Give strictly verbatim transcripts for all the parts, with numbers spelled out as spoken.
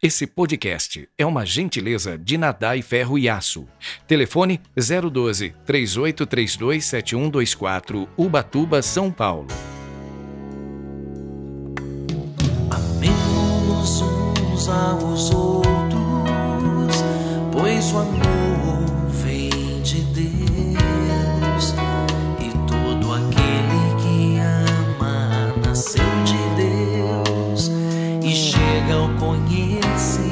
Esse podcast é uma gentileza de Nadai Ferro e Aço. Telefone zero doze, três oito três dois, sete um dois quatro, Ubatuba, São Paulo. Amemos uns aos outros, pois o amor vem de Deus, e todo aquele que ama nasceu de Deus e chega ao conhecimento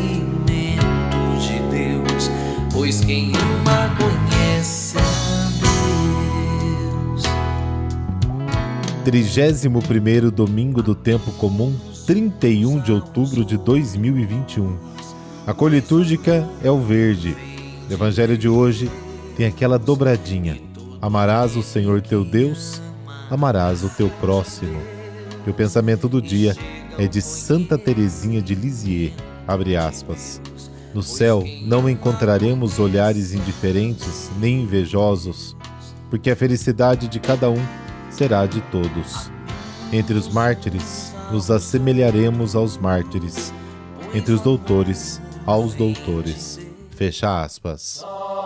de Deus, pois quem ama conhece a Deus. trigésimo primeiro Domingo do Tempo Comum, trinta e um de outubro de dois mil e vinte e um. A cor litúrgica é o verde. O Evangelho de hoje tem aquela dobradinha: amarás o Senhor teu Deus, amarás o teu próximo. E o pensamento do dia é de Santa Teresinha de Lisieux, abre aspas. No céu não encontraremos olhares indiferentes nem invejosos, porque a felicidade de cada um será de todos. Entre os mártires, nos assemelharemos aos mártires. Entre os doutores, aos doutores. Fecha aspas.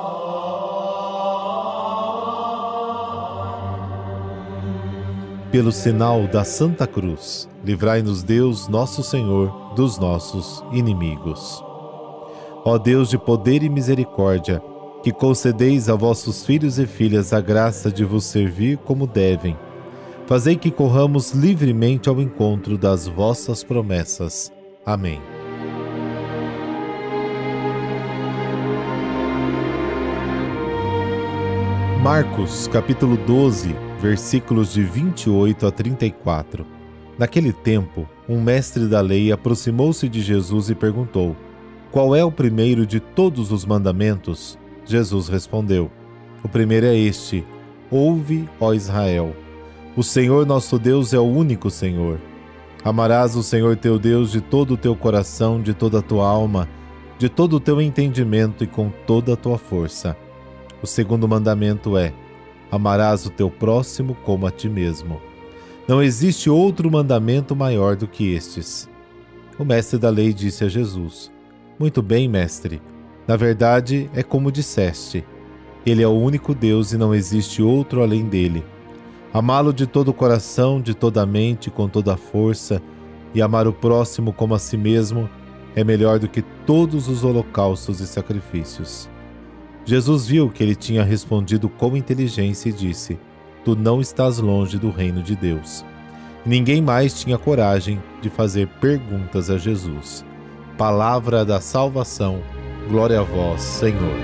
Pelo sinal da Santa Cruz, livrai-nos Deus, nosso Senhor, dos nossos inimigos. Ó Deus de poder e misericórdia, que concedeis a vossos filhos e filhas a graça de vos servir como devem, fazei que corramos livremente ao encontro das vossas promessas. Amém. Marcos, capítulo doze, versículos de vinte e oito a trinta e quatro. Naquele tempo, um mestre da lei aproximou-se de Jesus e perguntou: qual é o primeiro de todos os mandamentos? Jesus respondeu: o primeiro é este: ouve, ó Israel. O Senhor nosso Deus é o único Senhor. Amarás o Senhor teu Deus de todo o teu coração, de toda a tua alma, de todo o teu entendimento e com toda a tua força. O segundo mandamento é: amarás o teu próximo como a ti mesmo. Não existe outro mandamento maior do que estes. O mestre da lei disse a Jesus: muito bem, mestre. Na verdade, é como disseste. Ele é o único Deus e não existe outro além dele. Amá-lo de todo o coração, de toda a mente, com toda a força, e amar o próximo como a si mesmo é melhor do que todos os holocaustos e sacrifícios. Jesus viu que ele tinha respondido com inteligência e disse: tu não estás longe do reino de Deus. E ninguém mais tinha coragem de fazer perguntas a Jesus. Palavra da salvação, glória a vós, Senhor.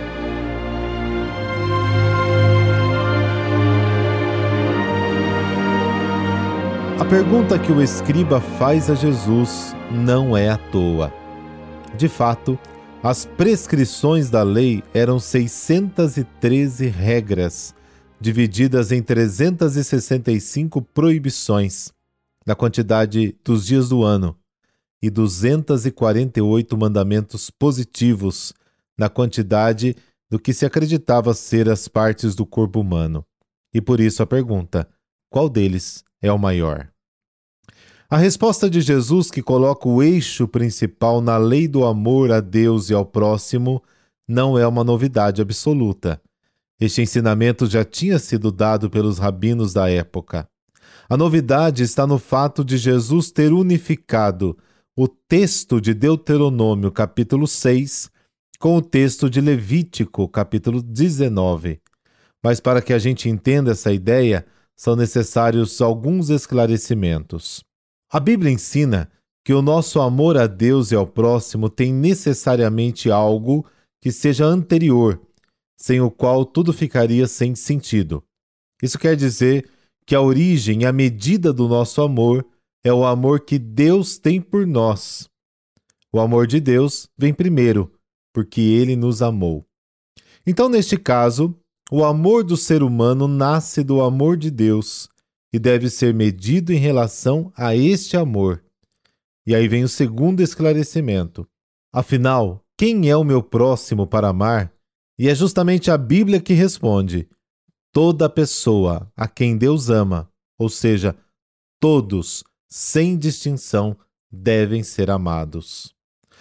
A pergunta que o escriba faz a Jesus não é à toa. De fato, as prescrições da lei eram seiscentas e treze regras, divididas em trezentas e sessenta e cinco proibições, na quantidade dos dias do ano, e duzentos e quarenta e oito mandamentos positivos, na quantidade do que se acreditava ser as partes do corpo humano. E por isso a pergunta: qual deles é o maior? A resposta de Jesus, que coloca o eixo principal na lei do amor a Deus e ao próximo, não é uma novidade absoluta. Este ensinamento já tinha sido dado pelos rabinos da época. A novidade está no fato de Jesus ter unificado o texto de Deuteronômio, capítulo seis, com o texto de Levítico, capítulo dezenove. Mas para que a gente entenda essa ideia, são necessários alguns esclarecimentos. A Bíblia ensina que o nosso amor a Deus e ao próximo tem necessariamente algo que seja anterior, sem o qual tudo ficaria sem sentido. Isso quer dizer que a origem e a medida do nosso amor é o amor que Deus tem por nós. O amor de Deus vem primeiro, porque Ele nos amou. Então, neste caso, o amor do ser humano nasce do amor de Deus e deve ser medido em relação a este amor. E aí vem o segundo esclarecimento. Afinal, quem é o meu próximo para amar? E é justamente a Bíblia que responde: toda pessoa a quem Deus ama, ou seja, todos, sem distinção, devem ser amados.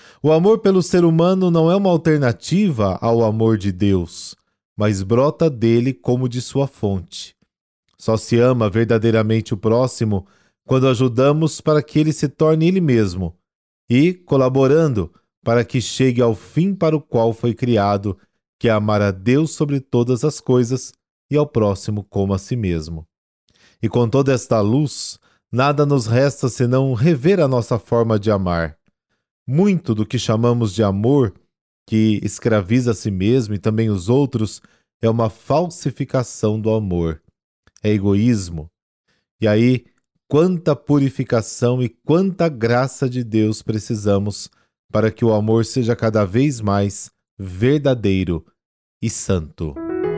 O amor pelo ser humano não é uma alternativa ao amor de Deus, mas brota dele como de sua fonte. Só se ama verdadeiramente o próximo quando ajudamos para que ele se torne ele mesmo e colaborando para que chegue ao fim para o qual foi criado, que é amar a Deus sobre todas as coisas e ao próximo como a si mesmo. E com toda esta luz, nada nos resta senão rever a nossa forma de amar. Muito do que chamamos de amor, que escraviza a si mesmo e também os outros, é uma falsificação do amor. É egoísmo. E aí, quanta purificação e quanta graça de Deus precisamos para que o amor seja cada vez mais verdadeiro e santo.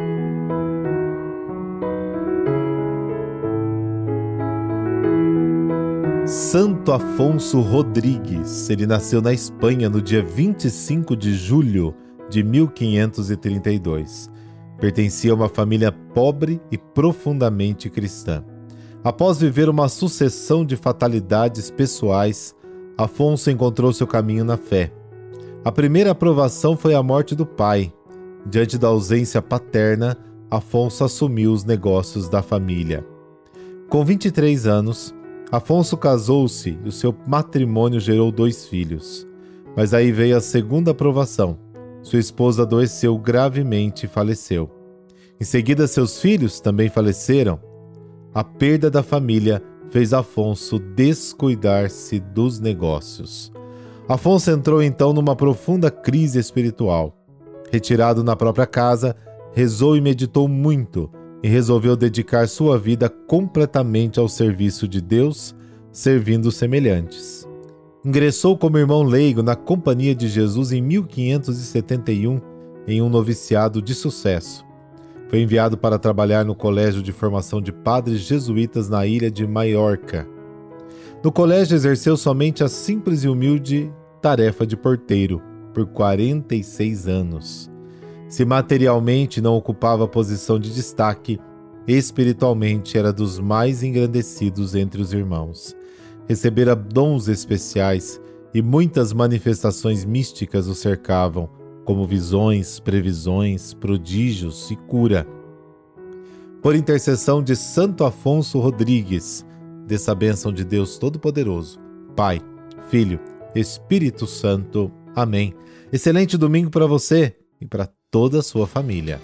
Santo Afonso Rodrigues. Ele nasceu na Espanha no dia vinte e cinco de julho de mil quinhentos e trinta e dois. Pertencia a uma família pobre e profundamente cristã. Após viver uma sucessão de fatalidades pessoais, Afonso encontrou seu caminho na fé. A primeira aprovação foi a morte do pai. Diante da ausência paterna, Afonso assumiu os negócios da família. Com vinte e três anos, Afonso casou-se e o seu matrimônio gerou dois filhos. Mas aí veio a segunda aprovação. Sua esposa adoeceu gravemente e faleceu. Em seguida, seus filhos também faleceram. A perda da família fez Afonso descuidar-se dos negócios. Afonso entrou então numa profunda crise espiritual. Retirado na própria casa, rezou e meditou muito e resolveu dedicar sua vida completamente ao serviço de Deus, servindo os semelhantes. Ingressou como irmão leigo na Companhia de Jesus em mil quinhentos e setenta e um, em um noviciado de sucesso. Foi enviado para trabalhar no Colégio de Formação de Padres Jesuítas na ilha de Maiorca. No colégio exerceu somente a simples e humilde tarefa de porteiro, por quarenta e seis anos. Se materialmente não ocupava posição de destaque, espiritualmente era dos mais engrandecidos entre os irmãos. Recebera dons especiais e muitas manifestações místicas o cercavam, como visões, previsões, prodígios e cura. Por intercessão de Santo Afonso Rodrigues, dessa bênção de Deus Todo-Poderoso, Pai, Filho, Espírito Santo. Amém. Excelente domingo para você e para toda a sua família.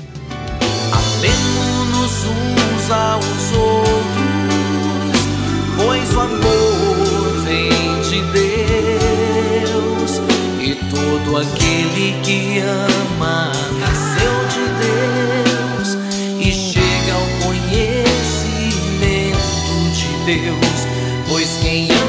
Amemos-nos uns aos outros, pois o amor vem de Deus, e todo aquele que ama nasceu de Deus e chega ao conhecimento de Deus, pois quem ama